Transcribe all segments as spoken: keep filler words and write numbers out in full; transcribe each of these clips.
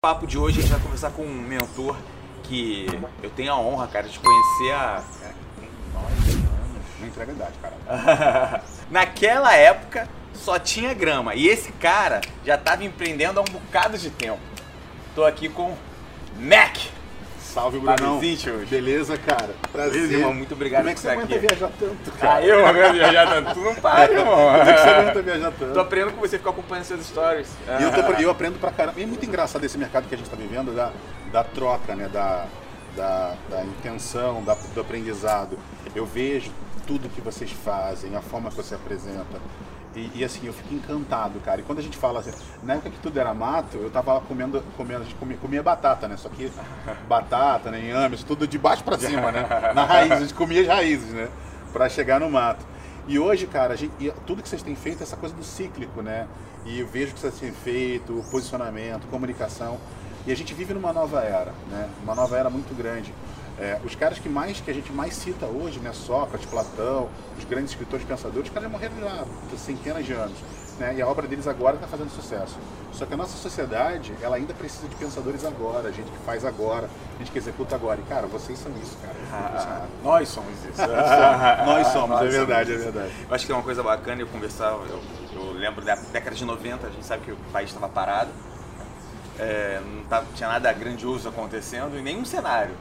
No papo de hoje a gente vai conversar com um mentor que eu tenho a honra, cara, de conhecer há... Cara, tem nove anos. Não entrega a idade, cara. Naquela época só tinha grama e esse cara já estava empreendendo há um bocado de tempo. Tô aqui com Mac. Salve, Brunão. Fabrício. Beleza, cara? Prazer. Beleza, irmão. Muito obrigado Como é por que estar você aqui. aguenta viajar tanto, cara? Ah, eu aguento viajar tanto. Tu não para, irmão. Como é que você aguenta viajar tanto? Tô aprendendo com você, ficar acompanhando seus stories. E eu, tô, eu aprendo pra caramba. E é muito engraçado esse mercado que a gente tá vivendo, da, da troca, né? Da, da, da intenção, da, do aprendizado. Eu vejo tudo que vocês fazem, a forma que você apresenta. E, e assim, eu fico encantado, cara. E quando a gente fala assim, na época que tudo era mato, eu tava lá comendo, comendo a gente comia, comia batata, né? Só que batata, né? Inhame, isso tudo de baixo pra cima, né? Na raiz, a gente comia as raízes, né? Pra chegar no mato. E hoje, cara, a gente, e tudo que vocês têm feito é essa coisa do cíclico, né? E eu vejo o que vocês têm feito, posicionamento, comunicação. E a gente vive numa nova era, né? Uma nova era muito grande. É, os caras que, mais, que a gente mais cita hoje, né, Sócrates, Platão, os grandes escritores pensadores, os caras já morreram já há centenas de anos, né, e a obra deles agora está fazendo sucesso. Só que a nossa sociedade, ela ainda precisa de pensadores agora, gente que faz agora, gente que executa agora. E, cara, vocês são isso, cara. Ah, nós somos isso. Nós somos, Nós é verdade, somos é verdade. Eu acho que é uma coisa bacana eu conversar, eu, eu lembro da década de noventa, a gente sabe que o país estava parado, é, não tava, tinha nada grandioso acontecendo em nenhum cenário.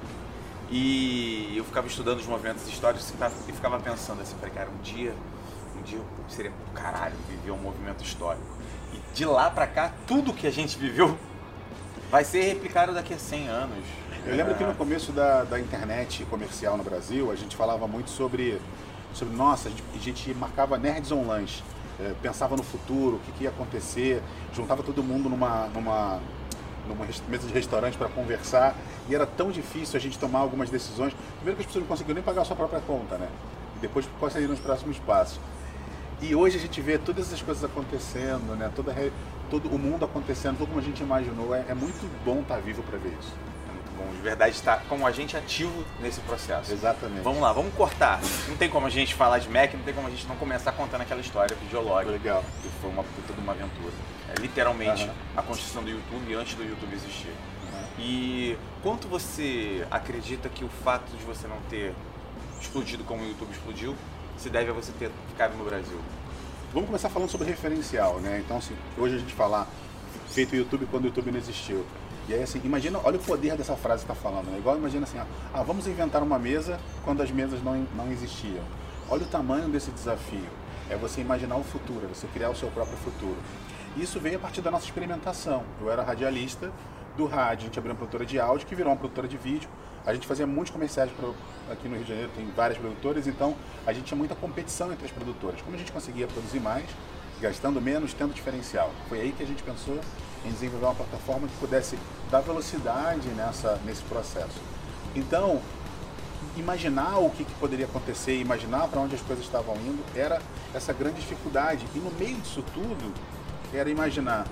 E eu ficava estudando os movimentos históricos e ficava pensando assim, falei, cara, um dia, um dia seria caralho viver um movimento histórico. E de lá pra cá, tudo que a gente viveu vai ser replicado daqui a cem anos. Eu lembro que no começo da, da internet comercial no Brasil, a gente falava muito sobre, sobre nossa, a gente, a gente marcava nerds on lunch, é, pensava no futuro, o que, que ia acontecer, juntava todo mundo numa... numa numa mesa de restaurante para conversar, e era tão difícil a gente tomar algumas decisões. Primeiro que as pessoas não conseguiam nem pagar a sua própria conta, né? E depois quais seriam os próximos passos. E hoje a gente vê todas essas coisas acontecendo, né? Toda, todo o mundo acontecendo, tudo como a gente imaginou. É, é muito bom estar vivo para ver isso. É muito bom, de verdade, estar como agente ativo nesse processo. Exatamente. Vamos lá, vamos cortar. Não tem como a gente falar de Mac, não tem como a gente não começar contando aquela história videológica. Legal. Que foi uma puta de uma aventura. É literalmente Uhum. a construção do YouTube antes do YouTube existir. Uhum. E quanto você acredita que o fato de você não ter explodido como o YouTube explodiu se deve a você ter ficado no Brasil? Vamos começar falando sobre referencial, né? Então, assim, hoje a gente falar feito o YouTube quando o YouTube não existiu. E aí, assim, imagina, olha o poder dessa frase que está falando, né? Igual imagina assim, ah, vamos inventar uma mesa quando as mesas não, não existiam. Olha o tamanho desse desafio. É você imaginar o futuro, é você criar o seu próprio futuro. Isso veio a partir da nossa experimentação. Eu era radialista do rádio, a gente abriu uma produtora de áudio que virou uma produtora de vídeo. A gente fazia muitos comerciais pro, aqui no Rio de Janeiro, tem várias produtoras, então a gente tinha muita competição entre as produtoras. Como a gente conseguia produzir mais, gastando menos, tendo diferencial. Foi aí que a gente pensou em desenvolver uma plataforma que pudesse dar velocidade nessa, nesse processo. Então, imaginar o que, que poderia acontecer, imaginar para onde as coisas estavam indo, era essa grande dificuldade. E no meio disso tudo, era imaginar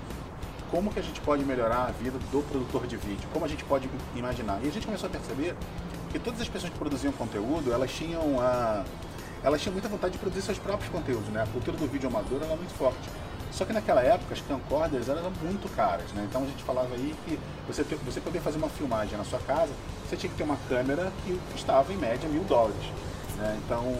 como que a gente pode melhorar a vida do produtor de vídeo, como a gente pode imaginar. E a gente começou a perceber que todas as pessoas que produziam conteúdo, elas tinham, a, elas tinham muita vontade de produzir seus próprios conteúdos, né? A cultura do vídeo amador era muito forte. Só que naquela época as camcorders eram muito caras, né? Então a gente falava aí que você, ter, você poder fazer uma filmagem na sua casa, você tinha que ter uma câmera que custava em média mil dólares, né? Então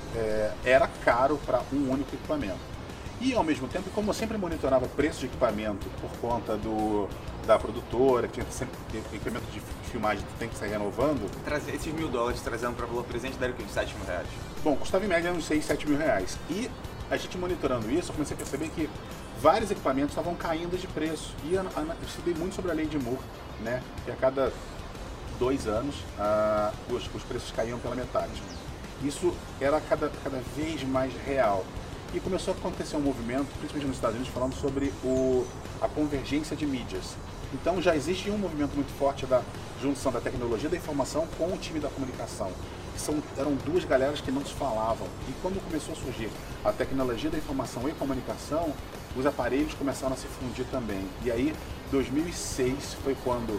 é, era caro para um único equipamento. E ao mesmo tempo, como eu sempre monitorava o preço de equipamento por conta do, da produtora, que tinha sempre equipamento de filmagem que tem que sair renovando. Trazer esses mil dólares trazendo para valor presente daria o que? sete mil reais? Bom, custava em média uns seis, sete mil reais. E a gente monitorando isso, eu comecei a perceber que vários equipamentos estavam caindo de preço. E eu, eu estudei muito sobre a lei de Moore, né? Que a cada dois anos ah, os, os preços caíam pela metade. Isso era cada, cada vez mais real. E começou a acontecer um movimento, principalmente nos Estados Unidos, falando sobre o, a convergência de mídias. Então já existe um movimento muito forte da junção da tecnologia da informação com o time da comunicação. São, eram duas galeras que não se falavam. E quando começou a surgir a tecnologia da informação e comunicação, os aparelhos começaram a se fundir também. E aí, dois mil e seis foi quando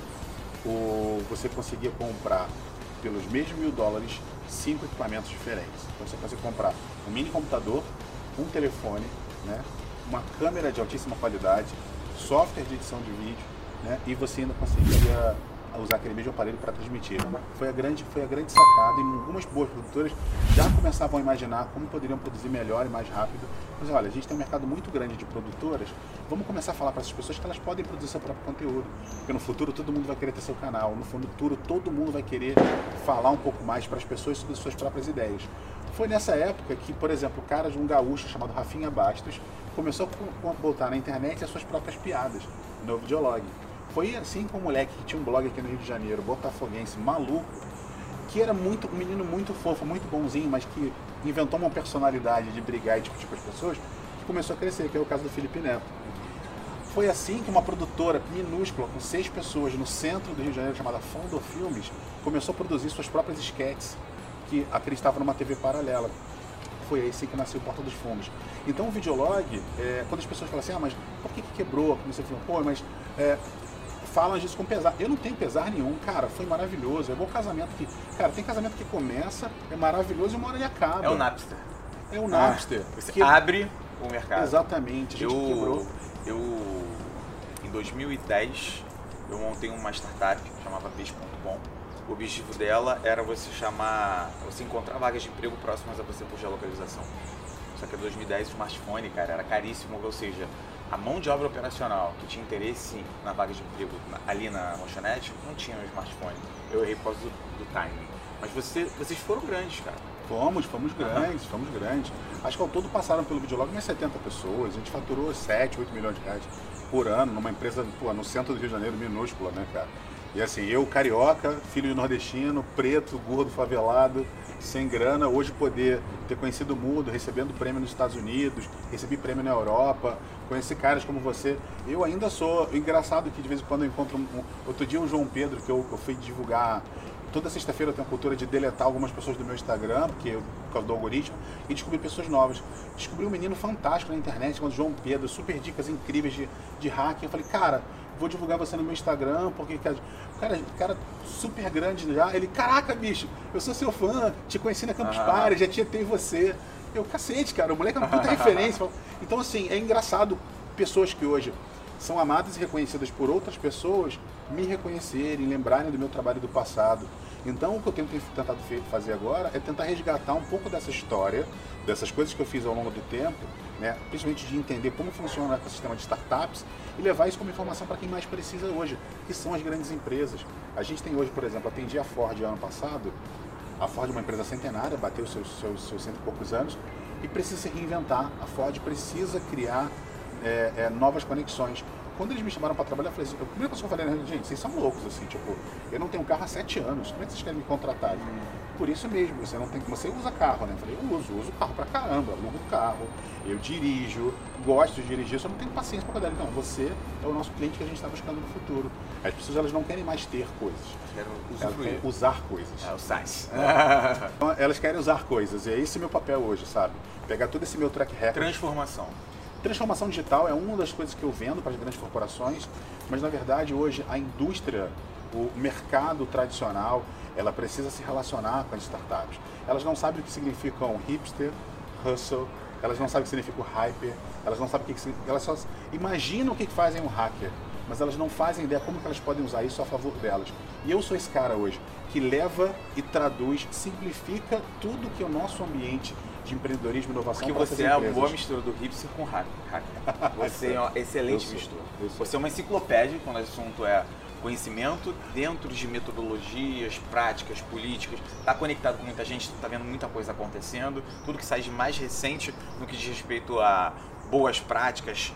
o, você conseguia comprar, pelos mesmos mil dólares, cinco equipamentos diferentes. Então você conseguia comprar um mini computador, um telefone, né, uma câmera de altíssima qualidade, software de edição de vídeo, né, e você ainda conseguia usar aquele mesmo aparelho para transmitir. Foi a grande, foi a grande sacada, e algumas boas produtoras já começavam a imaginar como poderiam produzir melhor e mais rápido. Mas olha, a gente tem um mercado muito grande de produtoras, vamos começar a falar para essas pessoas que elas podem produzir seu próprio conteúdo, porque no futuro todo mundo vai querer ter seu canal, no futuro todo mundo vai querer falar um pouco mais para as pessoas sobre suas próprias ideias. Foi nessa época que, por exemplo, o cara de um gaúcho chamado Rafinha Bastos começou a botar na internet as suas próprias piadas no videolog. Foi assim com um moleque que tinha um blog aqui no Rio de Janeiro, botafoguense, maluco, que era muito, um menino muito fofo, muito bonzinho, mas que inventou uma personalidade de brigar e discutir com as pessoas, que começou a crescer, que é o caso do Felipe Neto. Foi assim que uma produtora minúscula, com seis pessoas, no centro do Rio de Janeiro, chamada Fondo Filmes, começou a produzir suas próprias sketches, que acreditava numa T V paralela. Foi aí sim que nasceu o Porta dos Fundos. Então o videolog, é, quando as pessoas falam assim, ah, mas por que, que quebrou? Como você falou, pô, mas... É, falam disso com pesar. Eu não tenho pesar nenhum, cara, foi maravilhoso. É igual casamento que... Cara, tem casamento que começa, é maravilhoso e uma hora ele acaba. É o Napster. É o Napster. Ah, você que... abre o mercado. Exatamente, a gente eu, quebrou. Eu, em dois mil e dez, eu montei uma startup que chamava Peixe ponto com. O objetivo dela era você chamar, você encontrar vagas de emprego próximas a você por geolocalização. Só que em dois mil e dez o smartphone, cara, era caríssimo, ou seja, a mão de obra operacional que tinha interesse na vaga de emprego ali na lanchonete não tinha no smartphone. Eu errei por causa do, do timing. Mas você, vocês foram grandes, cara. Fomos, fomos grandes, fomos grandes. Acho que ao todo passaram pelo videolog umas setenta pessoas. A gente faturou sete, oito milhões de reais por ano numa empresa, pô, no centro do Rio de Janeiro, minúscula, né, cara? E assim, eu, carioca, filho de nordestino, preto, gordo, favelado, sem grana, hoje poder ter conhecido o mundo, recebendo prêmio nos Estados Unidos, recebi prêmio na Europa, conheci caras como você. Eu ainda sou, engraçado que de vez em quando eu encontro, um, outro dia o João Pedro, que eu, eu fui divulgar, toda sexta-feira eu tenho a cultura de deletar algumas pessoas do meu Instagram, porque eu, por causa do algoritmo, e descobri pessoas novas. Descobri um menino fantástico na internet, chamado João Pedro, super dicas incríveis de, de hacking. Eu falei, cara, vou divulgar você no meu Instagram, porque cara, cara, cara super grande já. Ele, caraca, bicho, eu sou seu fã, te conheci na Campus Party, já tinha tem você. Eu, cacete, cara, o moleque é uma puta referência. Então, assim, é engraçado pessoas que hoje são amadas e reconhecidas por outras pessoas me reconhecerem, lembrarem do meu trabalho do passado. Então, o que eu tenho tentado fazer agora é tentar resgatar um pouco dessa história, dessas coisas que eu fiz ao longo do tempo, né, principalmente de entender como funciona o ecossistema de startups e levar isso como informação para quem mais precisa hoje, que são as grandes empresas. A gente tem hoje, por exemplo, atendi a Ford ano passado. A Ford é uma empresa centenária, bateu seus, seus, seus cento e poucos anos e precisa se reinventar. A Ford precisa criar é, é, novas conexões. Quando eles me chamaram para trabalhar, eu falei assim, a primeira coisa que eu falei, né, gente, vocês são loucos, assim, tipo, eu não tenho carro há sete anos, como é que vocês querem me contratar? Por isso mesmo, você não tem, você usa carro, né? Eu falei, eu uso, uso carro pra caramba, alugo carro, eu dirijo, gosto de dirigir, só não tenho paciência para cuidar. Então, você é o nosso cliente que a gente está buscando no futuro. As pessoas, elas não querem mais ter coisas, elas querem usar coisas. É o SaaS. É. Então, elas querem usar coisas, e é esse meu papel hoje, sabe? Pegar todo esse meu track record. Transformação. Transformação digital é uma das coisas que eu vendo para as grandes corporações, mas na verdade hoje a indústria, o mercado tradicional, ela precisa se relacionar com as startups. Elas não sabem o que significam hipster, hustle, elas não sabem o que significa o hyper, elas não sabem o que significa, elas só imaginam o que fazem um hacker, mas elas não fazem ideia como que elas podem usar isso a favor delas. E eu sou esse cara hoje, que leva e traduz, simplifica tudo que é o nosso ambiente de empreendedorismo e inovação. Porque você é uma boa mistura do hipster com hacker. Você é uma excelente mistura. Você é uma enciclopédia quando o assunto é conhecimento dentro de metodologias, práticas, políticas. Está conectado com muita gente, está vendo muita coisa acontecendo. Tudo que sai de mais recente no que diz respeito a boas práticas,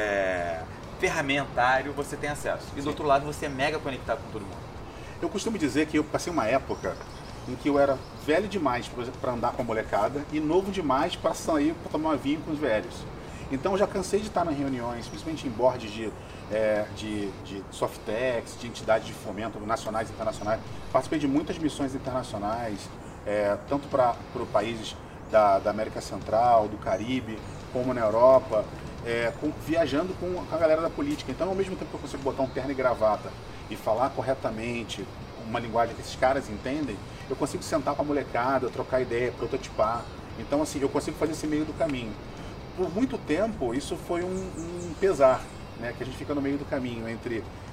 é, ferramentário, você tem acesso. E do outro lado, você é mega conectado com todo mundo. Eu costumo dizer que eu passei uma época em que eu era velho demais para andar com a molecada e novo demais para sair para tomar vinho com os velhos. Então eu já cansei de estar nas reuniões, principalmente em boards de, é, de, de Softex, de entidades de fomento nacionais e internacionais. Participei de muitas missões internacionais, é, tanto para países da, da América Central, do Caribe, como na Europa, é, com, viajando com, com a galera da política. Então, ao mesmo tempo que eu consigo botar um terno e gravata e falar corretamente uma linguagem que esses caras entendem, eu consigo sentar com a molecada, trocar ideia, prototipar. Então, assim, eu consigo fazer esse meio do caminho. Por muito tempo, isso foi um, um pesar, né? Que a gente fica no meio do caminho entre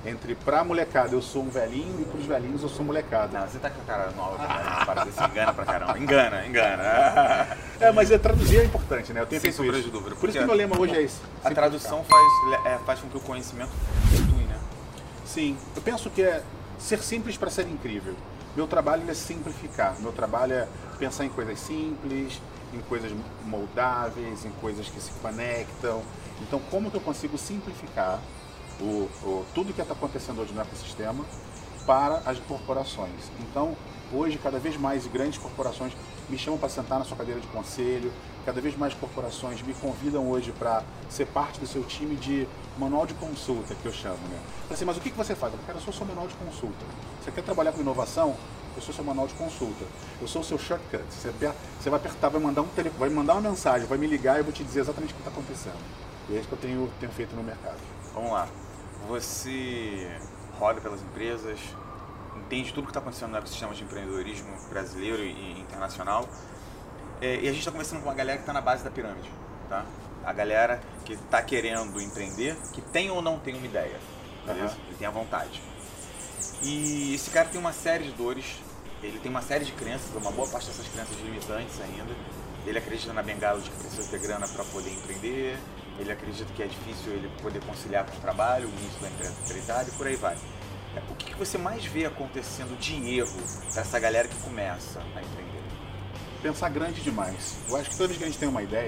entre pra molecada eu sou um velhinho e pros velhinhos eu sou molecada. Não, você tá com a cara nova, cara, para você engana pra caramba. Engana, engana. É, mas é, traduzir é importante, né? Eu tenho Sem feito sombra isso. de dúvida. Por isso que meu lema hoje é esse. A tradução faz, é, faz com que o conhecimento flutue, né? Sim, eu penso que é ser simples para ser incrível. Meu trabalho é simplificar. Meu trabalho é pensar em coisas simples, em coisas moldáveis, em coisas que se conectam. Então, como que eu consigo simplificar o, o, tudo que está acontecendo hoje no ecossistema para as corporações? Então, hoje, cada vez mais grandes corporações me chamam para sentar na sua cadeira de conselho, cada vez mais corporações me convidam hoje para ser parte do seu time de manual de consulta, que eu chamo, né? Assim, mas o que que você faz? Eu quero, eu sou seu manual de consulta. Você quer trabalhar com inovação? Eu sou seu manual de consulta. Eu sou o seu shortcut. Você, você vai apertar, vai mandar, um tele, vai mandar uma mensagem, vai me ligar e eu vou te dizer exatamente o que está acontecendo. E é isso que eu tenho, tenho feito no mercado. Vamos lá. Você roda pelas empresas, entende tudo que está acontecendo no ecossistema de empreendedorismo brasileiro e internacional. É, e a gente está conversando com uma galera que está na base da pirâmide, tá? A galera que está querendo empreender, que tem ou não tem uma ideia, beleza? Uhum. Ele tem a vontade. E esse cara tem uma série de dores, ele tem uma série de crenças, uma boa parte dessas crenças limitantes ainda. Ele acredita na bengala de que precisa ter grana para poder empreender, ele acredita que é difícil ele poder conciliar com o trabalho, o início da empreendedoriedade e por aí vai. O que você mais vê acontecendo de erro para essa galera que começa a empreender? Pensar grande demais. Eu acho que toda vez que a gente tem uma ideia,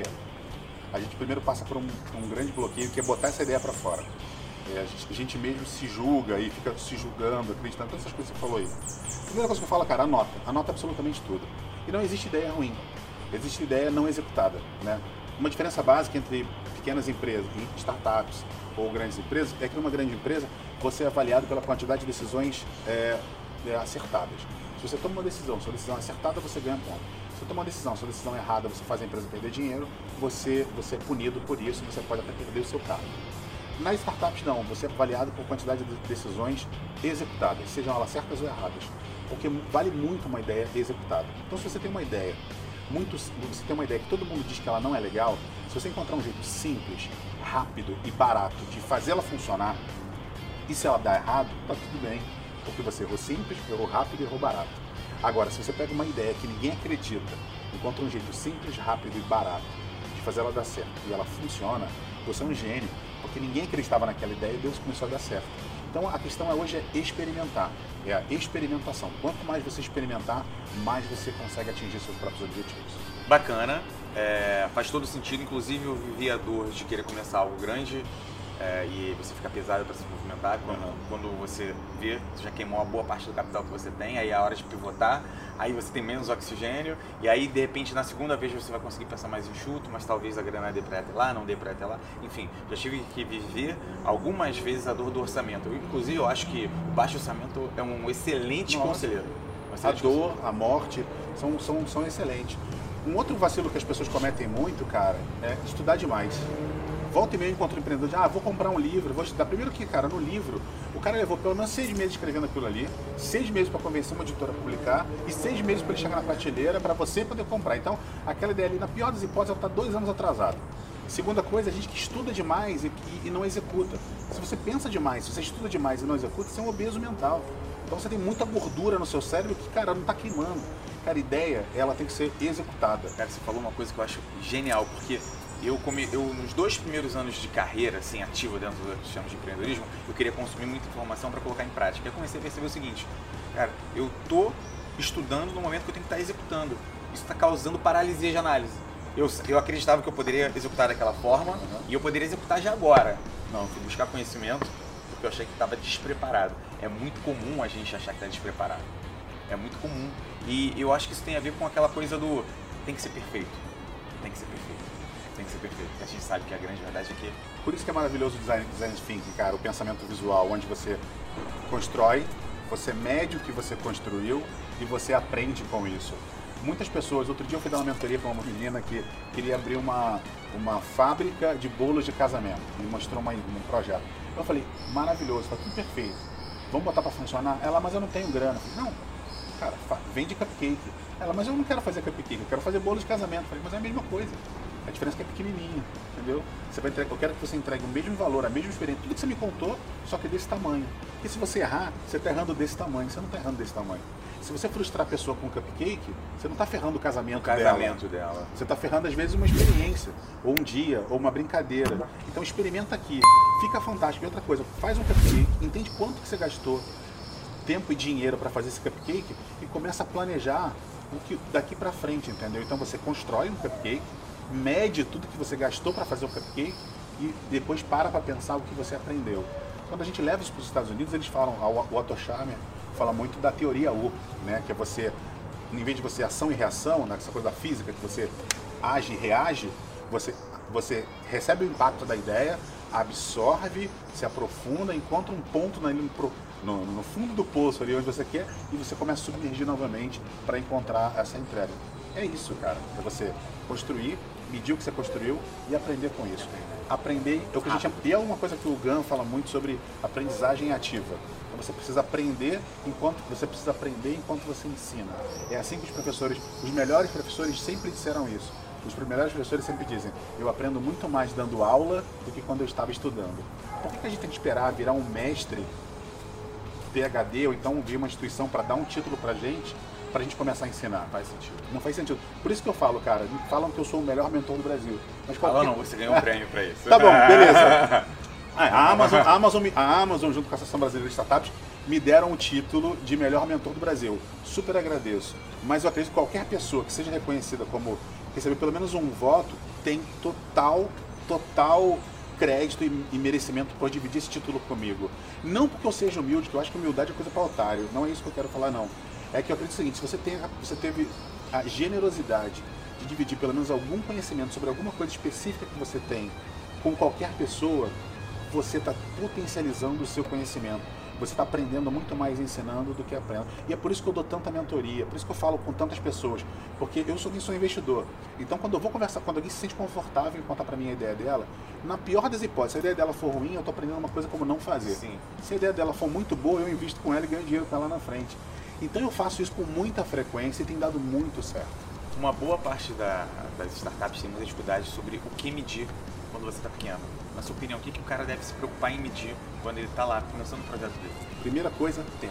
a gente primeiro passa por um, um grande bloqueio, que é botar essa ideia para fora. É, a, gente, a gente mesmo se julga e fica se julgando, acreditando, todas essas coisas que você falou aí. A primeira coisa que eu falo, cara, anota. Anota absolutamente tudo. E não existe ideia ruim. Existe ideia não executada, né? Uma diferença básica entre pequenas empresas e startups ou grandes empresas é que numa grande empresa você é avaliado pela quantidade de decisões é, é, acertadas. Se você toma uma decisão, sua decisão é acertada, você ganha ponto. Se você toma uma decisão, sua decisão é errada, você faz a empresa perder dinheiro, você, você é punido por isso, você pode até perder o seu cargo. Nas startups não, você é avaliado por quantidade de decisões executadas, sejam elas certas ou erradas. Porque vale muito uma ideia executada. Então se você tem uma ideia, muito, você tem uma ideia que todo mundo diz que ela não é legal, se você encontrar um jeito simples, rápido e barato de fazê-la funcionar, e se ela dar errado, tá tudo bem. Porque você errou simples, errou rápido e errou barato. Agora, se você pega uma ideia que ninguém acredita, encontra um jeito simples, rápido e barato de fazer ela dar certo e ela funciona, você é um gênio, porque ninguém acreditava naquela ideia e Deus começou a dar certo. Então a questão hoje é experimentar, é a experimentação. Quanto mais você experimentar, mais você consegue atingir seus próprios objetivos. Bacana, é, faz todo sentido, inclusive eu vivi a dor de querer começar algo grande. É, e você fica pesado para se movimentar quando, uhum. quando você vê, você já queimou uma boa parte do capital que você tem, aí é a hora de pivotar, aí você tem menos oxigênio, e aí de repente na segunda vez você vai conseguir pensar mais enxuto, mas talvez a grana dê para ir até lá, não dê para ir até lá, enfim, já tive que viver algumas vezes a dor do orçamento. Eu, inclusive eu acho que o baixo orçamento é um excelente Nossa. conselheiro. Um excelente a dor, conselheiro. A morte são, são, são excelentes. Um outro vacilo que as pessoas cometem muito, cara, é estudar demais. Volta e meia encontro um empreendedor de, ah, vou comprar um livro, vou estudar. Primeiro que, cara, no livro, o cara levou pelo menos seis meses escrevendo aquilo ali, seis meses para convencer uma editora a publicar e seis meses para ele chegar na prateleira para você poder comprar. Então, aquela ideia ali, na pior das hipóteses, ela está dois anos atrasada. Segunda coisa, a gente que estuda demais e, e, e não executa. Se você pensa demais, se você estuda demais e não executa, você é um obeso mental. Então, você tem muita gordura no seu cérebro que, cara, não está queimando. Cara, a ideia, ela tem que ser executada. Cara, você falou uma coisa que eu acho genial, porque Eu, come, eu, nos dois primeiros anos de carreira, assim, ativa dentro do sistema de empreendedorismo, eu queria consumir muita informação para colocar em prática. Eu comecei a perceber o seguinte, cara, eu tô estudando no momento que eu tenho que estar executando. Isso está causando paralisia de análise. Eu, eu acreditava que eu poderia executar daquela forma uhum. e eu poderia executar já agora. Não, eu fui buscar conhecimento porque eu achei que estava despreparado. É muito comum a gente achar que está despreparado. É muito comum. E eu acho que isso tem a ver com aquela coisa do tem que ser perfeito. Tem que ser perfeito. Tem que ser perfeito, porque a gente sabe que a grande verdade é que... Por isso que é maravilhoso o design, design thinking, cara, o pensamento visual, onde você constrói, você mede o que você construiu e você aprende com isso. Muitas pessoas, outro dia eu fui dar uma mentoria para uma menina que queria abrir uma, uma fábrica de bolos de casamento, me mostrou uma, um projeto. Eu falei, maravilhoso, tá tudo perfeito, vamos botar para funcionar? Ela, mas eu não tenho grana. Eu falei, não, cara, vende cupcake. Ela, mas eu não quero fazer cupcake, eu quero fazer bolo de casamento. Eu falei, mas é a mesma coisa. A diferença é que é pequenininha, entendeu? Você vai entregar, eu quero que você entregue o mesmo valor, a mesma experiência, tudo que você me contou, só que desse tamanho. Porque se você errar, você está errando desse tamanho, você não está errando desse tamanho. Se você frustrar a pessoa com um cupcake, você não está ferrando o casamento, o casamento dela. dela. Você está ferrando, às vezes, uma experiência, ou um dia, ou uma brincadeira. Então experimenta aqui, fica fantástico. E outra coisa, faz um cupcake, entende quanto que você gastou tempo e dinheiro para fazer esse cupcake e começa a planejar o que daqui para frente, entendeu? Então você constrói um cupcake, mede tudo que você gastou para fazer o cupcake e depois para para pensar o que você aprendeu. Quando a gente leva isso para os Estados Unidos, eles falam, o Otto Scharmer fala muito da teoria U, né? Que é você, em vez de você ação e reação, nessa coisa da física, que você age e reage, você, você recebe o impacto da ideia, absorve, se aprofunda, encontra um ponto na, no, no fundo do poço ali onde você quer e você começa a submergir novamente para encontrar essa entrega. É isso, cara, é você construir, medir o que você construiu e aprender com isso. Aprender, é o que a gente, e é uma coisa que o Gunn fala muito sobre aprendizagem ativa. Então você precisa aprender enquanto você precisa aprender enquanto você ensina. É assim que os professores, os melhores professores sempre disseram isso. Os melhores professores sempre dizem, eu aprendo muito mais dando aula do que quando eu estava estudando. Por que a gente tem que esperar virar um mestre, P H D, ou então vir uma instituição para dar um título pra gente, pra gente começar a ensinar? Faz sentido. Não faz sentido. Por isso que eu falo, cara, me falam que eu sou o melhor mentor do Brasil. Mas qualquer... Fala não, você ganhou um prêmio pra isso. Tá bom, beleza. A Amazon, a, Amazon, a Amazon, junto com a Associação Brasileira de Startups, me deram o título de melhor mentor do Brasil. Super agradeço. Mas eu acredito que qualquer pessoa que seja reconhecida como receber pelo menos um voto tem total, total crédito e, e merecimento por dividir esse título comigo. Não porque eu seja humilde, que eu acho que humildade é coisa para otário. Não é isso que eu quero falar, não. É que eu acredito o seguinte, se você, tem, você teve a generosidade de dividir pelo menos algum conhecimento sobre alguma coisa específica que você tem com qualquer pessoa, você está potencializando o seu conhecimento. Você está aprendendo muito mais ensinando do que aprendendo. E é por isso que eu dou tanta mentoria, por isso que eu falo com tantas pessoas, porque eu sou quem sou investidor. Então quando eu vou conversar, quando alguém se sente confortável em contar para mim a ideia dela, na pior das hipóteses, se a ideia dela for ruim, eu estou aprendendo uma coisa como não fazer. Sim. Se a ideia dela for muito boa, eu invisto com ela e ganho dinheiro com ela na frente. Então eu faço isso com muita frequência e tem dado muito certo. Uma boa parte da, das startups tem muita dificuldade sobre o que medir quando você está pequeno. Na sua opinião, o que, que o cara deve se preocupar em medir quando ele está lá começando o projeto dele? Primeira coisa, tempo.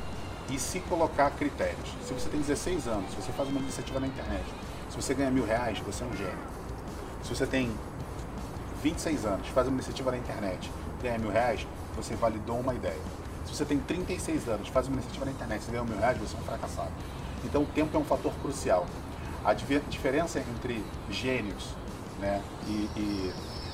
E se colocar critérios. Se você tem dezesseis anos, se você faz uma iniciativa na internet, se você ganha mil reais, você é um gênio. Se você tem vinte e seis anos, faz uma iniciativa na internet, ganha mil reais, você validou uma ideia. Se você tem trinta e seis anos, faz uma iniciativa na internet, você ganha mil reais, você é um fracassado. Então o tempo é um fator crucial. A diferença entre gênios, né, e, e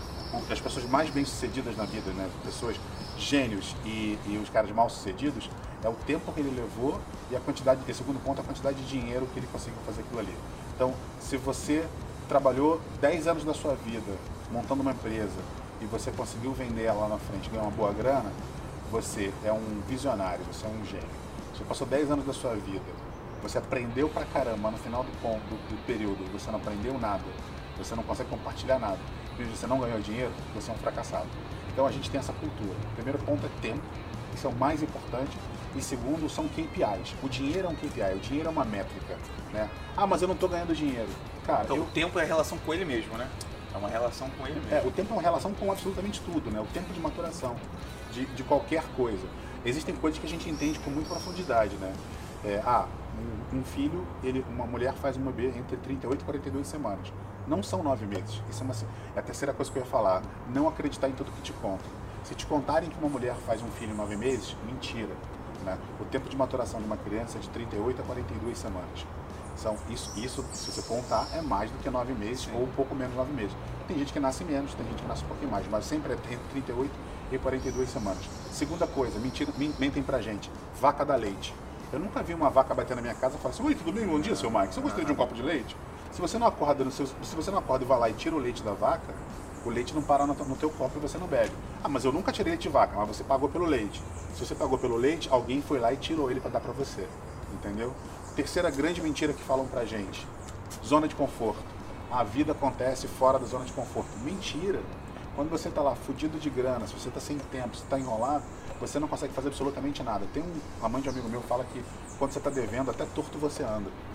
as pessoas mais bem-sucedidas na vida, né, pessoas gênios e, e os caras mal-sucedidos, é o tempo que ele levou e a quantidade, e segundo ponto, a quantidade de dinheiro que ele conseguiu fazer aquilo ali. Então, se você trabalhou dez anos da sua vida montando uma empresa e você conseguiu vender ela lá na frente e ganhar uma boa grana, você é um visionário, você é um gênio. Você passou dez anos da sua vida, você aprendeu pra caramba, no final do, ponto, do, do período você não aprendeu nada, você não consegue compartilhar nada, e você não ganhou dinheiro, você é um fracassado. Então a gente tem essa cultura. O primeiro ponto é tempo, isso é o mais importante. E segundo, são K P Is. O dinheiro é um K P I, o dinheiro é uma métrica, né? Ah, mas eu não estou ganhando dinheiro. Cara, então eu... o tempo é a relação com ele mesmo, né? É uma relação com ele mesmo. É, o tempo é uma relação com absolutamente tudo, né? O tempo de maturação de, de qualquer coisa. Existem coisas que a gente entende com muita profundidade, né? É, ah, um, um filho, ele, uma mulher faz um bebê entre trinta e oito e quarenta e duas semanas. Não são nove meses. Isso é, uma, é a terceira coisa que eu ia falar. Não acreditar em tudo que te contam. Se te contarem que uma mulher faz um filho em nove meses, mentira. Né? O tempo de maturação de uma criança é de trinta e oito a quarenta e duas semanas. São, isso, isso, se você contar, é mais do que nove meses. Sim. Ou um pouco menos de nove meses. Tem gente que nasce menos, tem gente que nasce um pouquinho mais, mas sempre é entre trinta e oito e quarenta e duas semanas. Segunda coisa, mentira, mentem pra gente. Vaca dá leite. Eu nunca vi uma vaca bater na minha casa e falar assim: oi, tudo bem? Bom dia, seu Mike. Você gostaria de um copo de leite? Se você não acorda, no seu, se você não acorda e vai lá e tira o leite da vaca, o leite não para no, no teu copo e você não bebe. Ah, mas eu nunca tirei leite de vaca, mas você pagou pelo leite. Se você pagou pelo leite, alguém foi lá e tirou ele para dar para você. Entendeu? Terceira grande mentira que falam pra gente: zona de conforto. A vida acontece fora da zona de conforto. Mentira! Quando você está lá fudido de grana, se você está sem tempo, se está enrolado, você não consegue fazer absolutamente nada. Tem um, a mãe de um amigo meu fala que quando você está devendo, até torto você anda.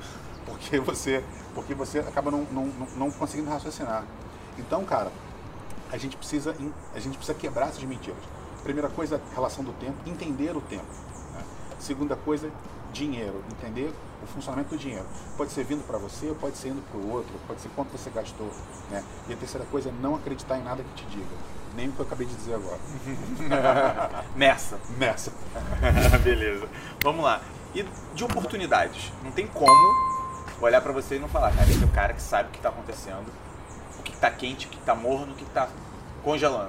porque você, porque você acaba não, não, não conseguindo raciocinar. Então, cara, a gente precisa, a gente precisa quebrar essas mentiras. Primeira coisa, relação do tempo, entender o tempo. Né? Segunda coisa, dinheiro, entender o funcionamento do dinheiro. Pode ser vindo para você, pode ser indo para o outro, pode ser quanto você gastou. Né? E a terceira coisa é não acreditar em nada que te diga. Nem o que eu acabei de dizer agora. Nessa. Nessa. Beleza. Vamos lá. E de oportunidades? Não tem como olhar para você e não falar, cara, esse é o cara que sabe o que está acontecendo, o que está quente, o que está morno, o que está congelando.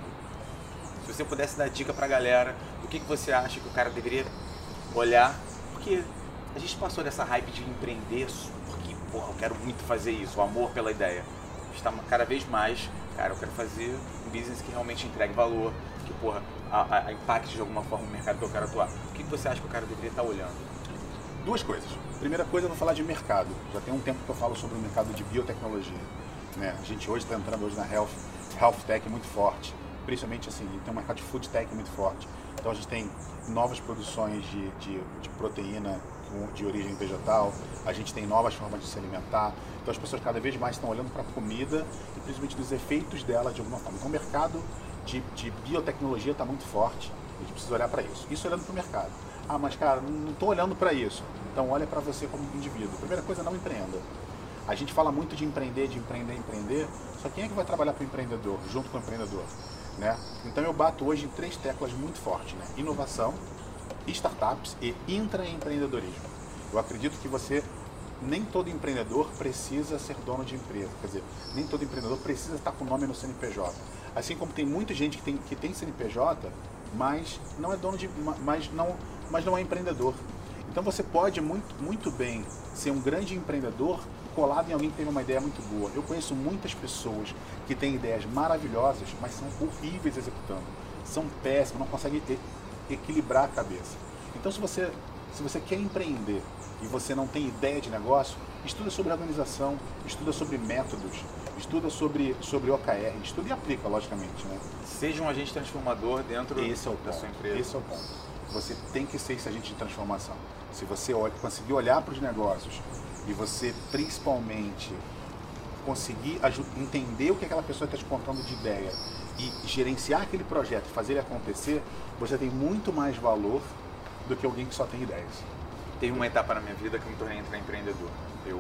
Se você pudesse dar dica para a galera, o que, que você acha que o cara deveria olhar? Porque a gente passou dessa hype de empreender, porque, porra, eu quero muito fazer isso, o amor pela ideia. Está cada vez mais, cara, eu quero fazer um business que realmente entregue valor, que, porra, a, a, a impacte de alguma forma o mercado que eu quero atuar. O que, que você acha que o cara deveria estar olhando? Duas coisas. Primeira coisa, eu vou falar de mercado. Já tem um tempo que eu falo sobre o mercado de biotecnologia. Né? A gente hoje está entrando hoje na health, health tech muito forte. Principalmente assim, tem um mercado de food tech muito forte. Então a gente tem novas produções de, de, de proteína de origem vegetal, a gente tem novas formas de se alimentar. Então as pessoas cada vez mais estão olhando para a comida e principalmente dos efeitos dela de alguma forma. Então o mercado de, de biotecnologia está muito forte. A gente precisa olhar para isso. Isso olhando para o mercado. Ah, mas cara, não estou olhando para isso. Então olha para você como indivíduo. Primeira coisa, não empreenda. A gente fala muito de empreender, de empreender, empreender. Só quem é que vai trabalhar para o empreendedor, junto com o empreendedor? Né? Então eu bato hoje em três teclas muito fortes, né? Inovação, startups e intraempreendedorismo. Eu acredito que você, nem todo empreendedor precisa ser dono de empresa, quer dizer, nem todo empreendedor precisa estar com o nome no C N P J. Assim como tem muita gente que tem, que tem C N P J, mas não é dono de, mas não, mas não é empreendedor. Então você pode muito, muito bem ser um grande empreendedor colado em alguém que teve uma ideia muito boa. Eu conheço muitas pessoas que têm ideias maravilhosas, mas são horríveis executando. São péssimas, não conseguem equilibrar a cabeça. Então se você, se você quer empreender e você não tem ideia de negócio, estuda sobre organização, estuda sobre métodos, estuda sobre, sobre O K R, estuda e aplica, logicamente. Né? Seja um agente transformador dentro esse é o da ponto, sua empresa. Esse é o ponto. Você tem que ser esse agente de transformação. Se você olha, conseguir olhar para os negócios e você principalmente conseguir entender o que aquela pessoa está te contando de ideia e gerenciar aquele projeto e fazer ele acontecer, você tem muito mais valor do que alguém que só tem ideias. Teve uma etapa na minha vida que eu me tornei empreendedor. Eu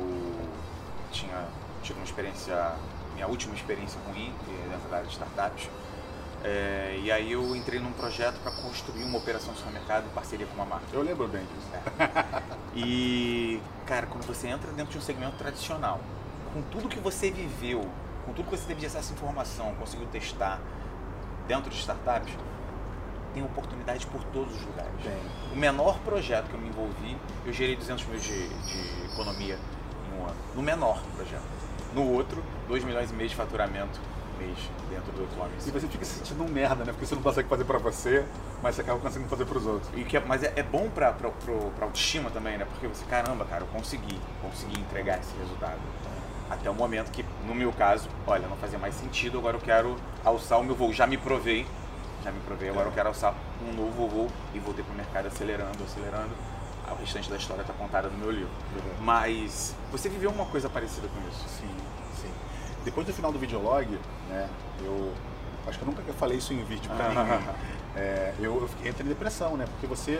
tinha tive uma experiência, minha última experiência ruim dentro da área de startups. É, e aí eu entrei num projeto para construir uma operação de supermercado em parceria com uma marca. Eu lembro bem disso. É. E, cara, quando você entra dentro de um segmento tradicional, com tudo que você viveu, com tudo que você teve de acesso à informação, conseguiu testar dentro de startups, tem oportunidade por todos os lugares. Tem. O menor projeto que eu me envolvi, eu gerei duzentos mil de, de economia em um ano. No menor projeto. No outro, dois milhões e meio de faturamento mês dentro do e-commerce. E você fica se sentindo um merda, né? Porque você não consegue fazer pra você, mas você acaba conseguindo fazer pros outros. E que é, mas é, é bom pra, pra, pra autoestima também, né? Porque você, caramba, cara, eu consegui, consegui entregar esse resultado. Até o momento que, no meu caso, olha, não fazia mais sentido, agora eu quero alçar o meu voo. Já me provei, já me provei, agora é. eu quero alçar um novo voo e voltei pro mercado acelerando, acelerando. O restante da história está contada no meu livro. Uhum. Mas você viveu uma coisa parecida com isso? Sim, sim. Depois do final do videolog, né, eu acho que eu nunca falei isso em vídeo pra ninguém. É, eu, eu fiquei, entrei em depressão, né? Porque você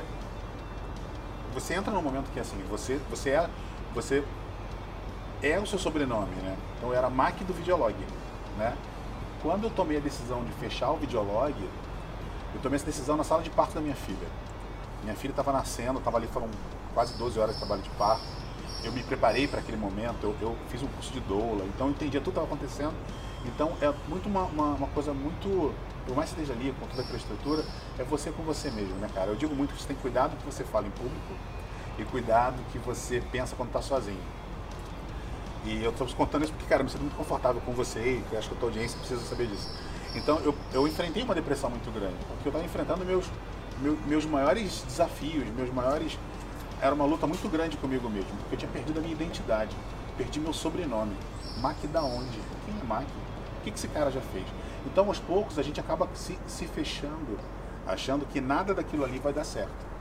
você entra num momento que assim, você você é você é o seu sobrenome, né? Então eu era Mac do videolog, né? Quando eu tomei a decisão de fechar o videolog, eu tomei essa decisão na sala de parto da minha filha. Minha filha estava nascendo, estava ali, foram quase doze horas de trabalho de parto. Eu me preparei para aquele momento, eu, eu fiz um curso de doula, então eu entendia tudo que estava acontecendo. Então é muito uma, uma, uma coisa muito, por mais que você esteja ali com toda aquela estrutura, é você com você mesmo, né, cara? Eu digo muito que você tem que cuidar do que você fala em público e cuidar do que você pensa quando está sozinho. E eu estou contando isso porque, cara, eu me sinto muito confortável com você e acho que a tua audiência precisa saber disso. Então eu, eu enfrentei uma depressão muito grande, porque eu estava enfrentando meus, meus, meus maiores desafios, meus maiores... Era uma luta muito grande comigo mesmo, porque eu tinha perdido a minha identidade, perdi meu sobrenome. Mac da onde? Quem é Mac? O que esse cara já fez? Então, aos poucos, a gente acaba se, se fechando, achando que nada daquilo ali vai dar certo.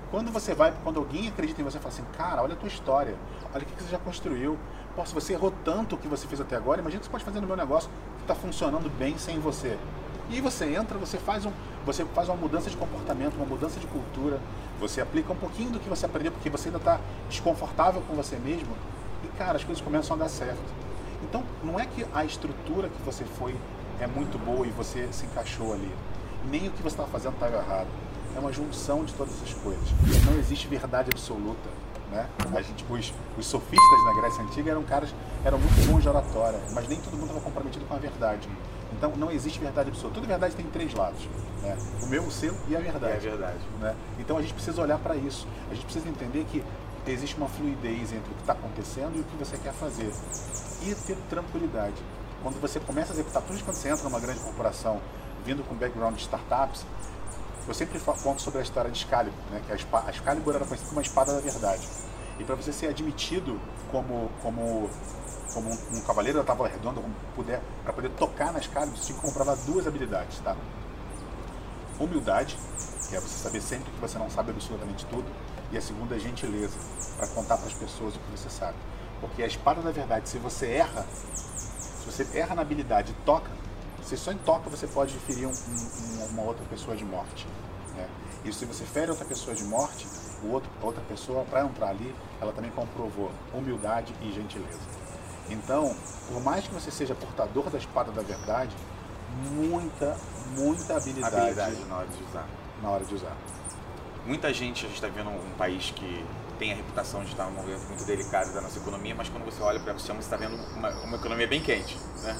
Quando você vai, quando alguém acredita em você, fala assim, cara, olha a tua história, olha o que você já construiu. Pô, se você errou tanto o que você fez até agora, imagina o que você pode fazer no meu negócio que está funcionando bem sem você. E você entra, você faz, um, você faz uma mudança de comportamento, uma mudança de cultura, você aplica um pouquinho do que você aprendeu, porque você ainda está desconfortável com você mesmo, e cara, as coisas começam a dar certo. Então, não é que a estrutura que você foi é muito boa e você se encaixou ali, nem o que você estava fazendo estava errado. É uma junção de todas essas coisas. Não existe verdade absoluta, né? A gente, os, os sofistas na Grécia Antiga eram caras, eram muito bons de oratória, mas nem todo mundo estava comprometido com a verdade. Então não existe verdade absoluta. Toda verdade tem três lados, né? O meu, o seu e a verdade. É a verdade. Né? Então a gente precisa olhar para isso. A gente precisa entender que existe uma fluidez entre o que está acontecendo e o que você quer fazer. E ter tranquilidade. Quando você começa a executar, tudo quando você entra numa grande corporação, vindo com background de startups, eu sempre conto sobre a história de Excalibur, né? Que a, espa a Excalibur era conhecida como uma espada da verdade. E para você ser admitido como, como, como um, um cavaleiro da tábua redonda, para poder tocar na Excalibur, você tinha que comprovar duas habilidades, tá? Humildade, que é você saber sempre que você não sabe absolutamente tudo, e a segunda é gentileza, para contar para as pessoas o que você sabe. Porque a espada da verdade, se você erra, se você erra na habilidade e toca, se só em toca você pode ferir um, um, uma outra pessoa de morte, né? E se você fere outra pessoa de morte, o outro, a outra pessoa, para entrar ali, ela também comprovou humildade e gentileza. Então, por mais que você seja portador da espada da verdade, muita, muita habilidade, habilidade na hora de usar. Na hora de usar. Muita gente, a gente está vendo um país que tem a reputação de estar num momento muito delicado da nossa economia, mas quando você olha para o sistema, você está vendo uma, uma economia bem quente, né?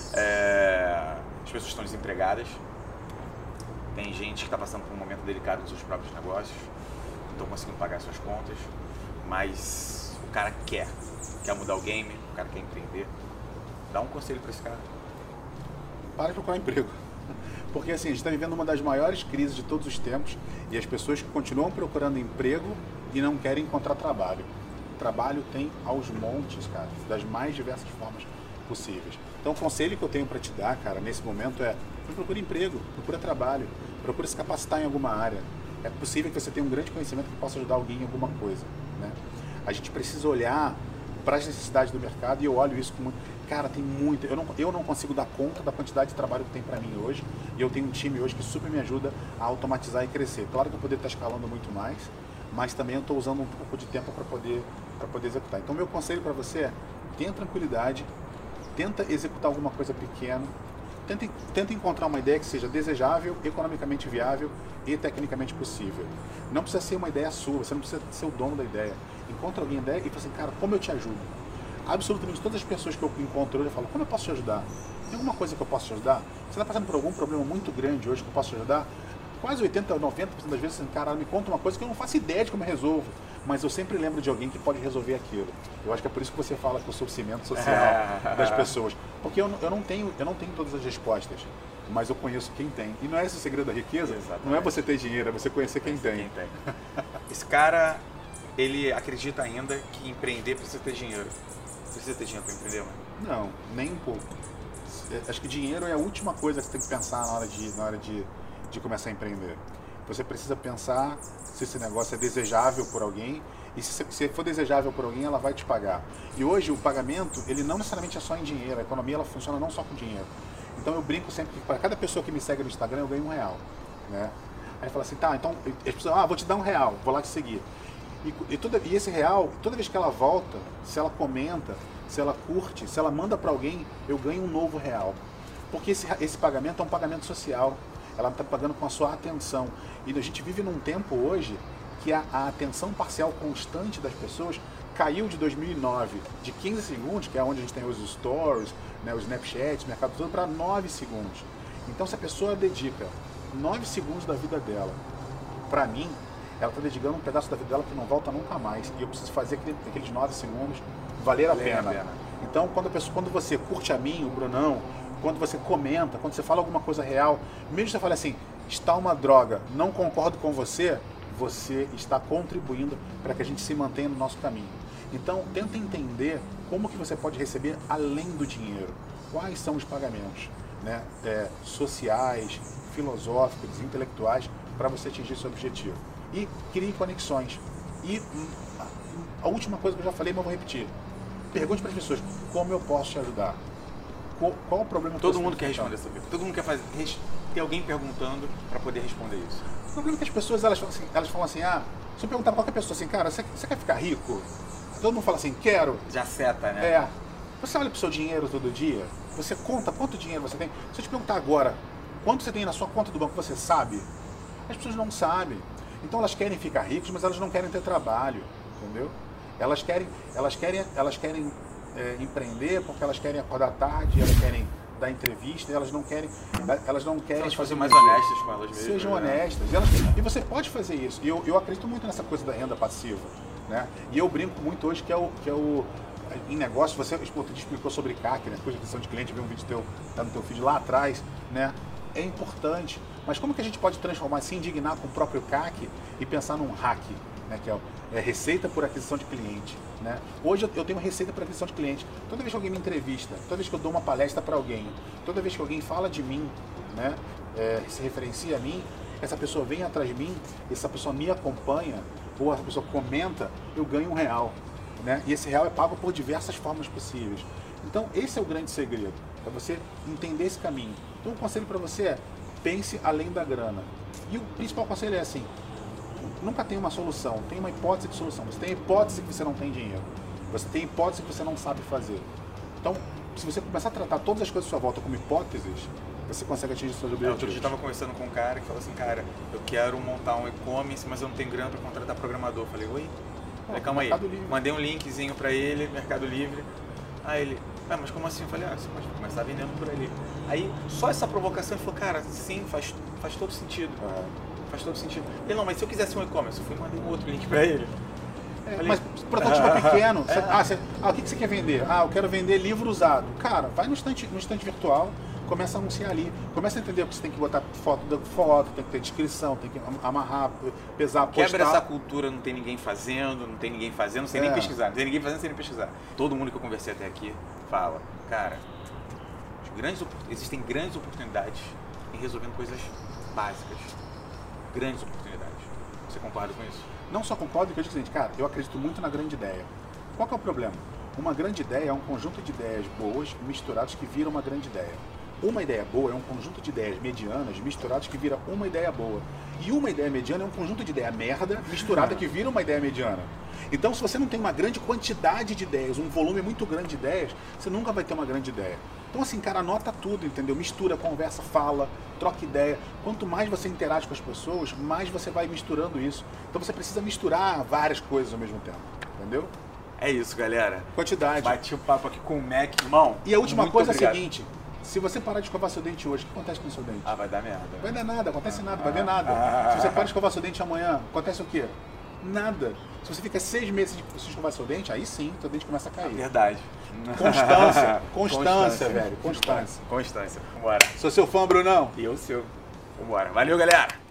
É, as pessoas estão desempregadas, tem gente que está passando por um momento delicado nos seus próprios negócios, não estão conseguindo pagar suas contas, mas o cara quer, quer mudar o game, o cara quer empreender. Dá um conselho para esse cara. Para de procurar emprego. Porque assim, a gente está vivendo uma das maiores crises de todos os tempos e as pessoas continuam procurando emprego e não querem encontrar trabalho. Trabalho tem aos montes, cara, das mais diversas formas possíveis. Então o conselho que eu tenho para te dar, cara, nesse momento é: procura emprego, procura trabalho, procura se capacitar em alguma área. É possível que você tenha um grande conhecimento que possa ajudar alguém em alguma coisa, né? A gente precisa olhar para as necessidades do mercado e eu olho isso com muito... Cara, tem muito... Eu não, eu não consigo dar conta da quantidade de trabalho que tem para mim hoje e eu tenho um time hoje que super me ajuda a automatizar e crescer. Claro que eu poderia estar escalando muito mais, mas também eu estou usando um pouco de tempo para poder, para poder executar. Então, meu conselho para você é: tenha tranquilidade, tenta executar alguma coisa pequena, tenta, tenta encontrar uma ideia que seja desejável, economicamente viável e tecnicamente possível. Não precisa ser uma ideia sua, você não precisa ser o dono da ideia. Encontra alguém ideia e fala assim: cara, como eu te ajudo? Absolutamente todas as pessoas que eu encontro hoje eu falo: como eu posso te ajudar? Tem alguma coisa que eu posso te ajudar? Você está passando por algum problema muito grande hoje que eu posso te ajudar? Quase oitenta, noventa por cento das vezes, assim, cara, me conta uma coisa que eu não faço ideia de como eu resolvo, mas eu sempre lembro de alguém que pode resolver aquilo. Eu acho que é por isso que você fala que eu sou o cimento social das pessoas. Porque eu, eu, não tenho, eu não tenho todas as respostas, mas eu conheço quem tem. E não é esse o segredo da riqueza? Exatamente. Não é você ter dinheiro, é você conhecer quem tem. quem tem. Esse cara, ele acredita ainda que empreender precisa ter dinheiro. Precisa ter dinheiro para empreender, mano? Não, nem um pouco. Acho que dinheiro é a última coisa que você tem que pensar na hora de... Na hora de de começar a empreender. Você precisa pensar se esse negócio é desejável por alguém e se, se for desejável por alguém, ela vai te pagar. E hoje o pagamento, ele não necessariamente é só em dinheiro, a economia ela funciona não só com dinheiro. Então eu brinco sempre que para cada pessoa que me segue no Instagram eu ganho um real, né? Aí fala assim: tá, então as pessoas, ah, vou te dar um real, vou lá te seguir. E, e, toda, e esse real, toda vez que ela volta, se ela comenta, se ela curte, se ela manda para alguém, eu ganho um novo real. Porque esse, esse pagamento é um pagamento social. Ela está pagando com a sua atenção. E a gente vive num tempo hoje que a, a atenção parcial constante das pessoas caiu de dois mil e nove, de quinze segundos, que é onde a gente tem os stories, né, os Snapchats, o mercado todo, para nove segundos. Então, se a pessoa dedica nove segundos da vida dela para mim, ela está dedicando um pedaço da vida dela que não volta nunca mais. E eu preciso fazer aquele, aqueles nove segundos valer a pena. a pena. Então, quando, a pessoa, quando você curte a mim, o Brunão, quando você comenta, quando você fala alguma coisa real, mesmo que você fale assim: está uma droga, não concordo com você, você está contribuindo para que a gente se mantenha no nosso caminho. Então, tenta entender como que você pode receber além do dinheiro. Quais são os pagamentos, né, é, sociais, filosóficos, intelectuais, para você atingir seu objetivo. E crie conexões. E hum, a última coisa que eu já falei, mas eu vou repetir. Pergunte para as pessoas, como eu posso te ajudar? Qual, qual o problema que Todo você mundo tem quer que responder essa pergunta. Todo mundo quer fazer, ter alguém perguntando para poder responder isso. O problema é que as pessoas, elas falam assim, elas falam assim ah, se eu perguntar para qualquer pessoa assim, cara, você, você quer ficar rico? Todo mundo fala assim, quero. Já seta, né? É. Você olha para o seu dinheiro todo dia, você conta quanto dinheiro você tem. Se eu te perguntar agora, quanto você tem na sua conta do banco, você sabe? As pessoas não sabem. Então elas querem ficar ricas, mas elas não querem ter trabalho, entendeu? Elas querem, elas querem, elas querem é, empreender porque elas querem acordar tarde, elas querem dar entrevista, elas não querem, elas não querem elas fazer mais honestas com elas mesmas. Sejam né? honestas. E, elas, e você pode fazer isso. E eu, eu acredito muito nessa coisa da renda passiva, né? E eu brinco muito hoje que é o, que é o em negócio, você pô, te explicou sobre C A C, né? Depois de aquisição de cliente, vi um vídeo teu, tá no teu feed lá atrás, né? É importante. Mas como que a gente pode transformar, se indignar com o próprio C A C e pensar num hack, né? Que é, é receita por aquisição de cliente, né? Hoje eu, eu tenho receita por aquisição de cliente. Toda vez que alguém me entrevista, toda vez que eu dou uma palestra para alguém, toda vez que alguém fala de mim, né? É, se referencia a mim, essa pessoa vem atrás de mim, essa pessoa me acompanha, ou a pessoa comenta, eu ganho um real. Né? E esse real é pago por diversas formas possíveis. Então esse é o grande segredo, é você entender esse caminho. Então o conselho para você é, pense além da grana. E o principal conselho é assim, nunca tem uma solução, tem uma hipótese de solução. Você tem hipótese que você não tem dinheiro, você tem hipótese que você não sabe fazer. Então, se você começar a tratar todas as coisas à sua volta como hipóteses, você consegue atingir seus objetivos. É, outro dia eu estava conversando com um cara que falou assim, cara, eu quero montar um e-commerce, mas eu não tenho grana para contratar programador. Eu falei, oi? Falei, calma aí, mandei um linkzinho pra ele, Mercado Livre. Aí ele, ah, mas como assim? Eu falei, ah, você pode começar vendendo por ali. Aí, só essa provocação, ele falou, cara, sim, faz, faz todo sentido. Uhum. Faz todo sentido. Ele, não, mas se eu quisesse um e-commerce, eu fui e mandei um outro link pra ele. É, falei, mas protótipo pequeno, é. você, ah, você, ah, o que você quer vender? Ah, eu quero vender livro usado. Cara, vai no estante, no estante virtual, começa a anunciar ali, começa a entender que você tem que botar foto, foto, tem que ter descrição, tem que amarrar, pesar, postar. Quebra essa cultura, não tem ninguém fazendo, não tem ninguém fazendo, não sei é. nem pesquisar, não tem ninguém fazendo sem nem pesquisar. Todo mundo que eu conversei até aqui fala, cara, grandes, existem grandes oportunidades em resolvendo coisas básicas. Grandes oportunidades. Você concorda com isso? Não só concordo, que eu digo o seguinte, cara, eu acredito muito na grande ideia. Qual que é o problema? Uma grande ideia é um conjunto de ideias boas misturadas que viram uma grande ideia. Uma ideia boa é um conjunto de ideias medianas misturadas que vira uma ideia boa. E uma ideia mediana é um conjunto de ideia merda misturada que vira uma ideia mediana. Então, se você não tem uma grande quantidade de ideias, um volume muito grande de ideias, você nunca vai ter uma grande ideia. Então, assim, cara, anota tudo, entendeu? Mistura, conversa, fala, troca ideia. Quanto mais você interage com as pessoas, mais você vai misturando isso. Então, você precisa misturar várias coisas ao mesmo tempo, entendeu? É isso, galera. Quantidade. Bati o papo aqui com o Mac, irmão. E a última muito coisa obrigado. é a seguinte, se você parar de escovar seu dente hoje, o que acontece com o seu dente? Ah, vai dar merda. Vai dar nada, acontece nada, vai ver nada. Se você para de escovar seu dente amanhã, acontece o quê? Nada. Se você fica seis meses sem escovar seu dente, aí sim, seu dente começa a cair. Verdade. Constância, constância, velho, constância. Constância, vambora. Sou seu fã, Brunão. E eu seu. Vambora. Valeu, galera.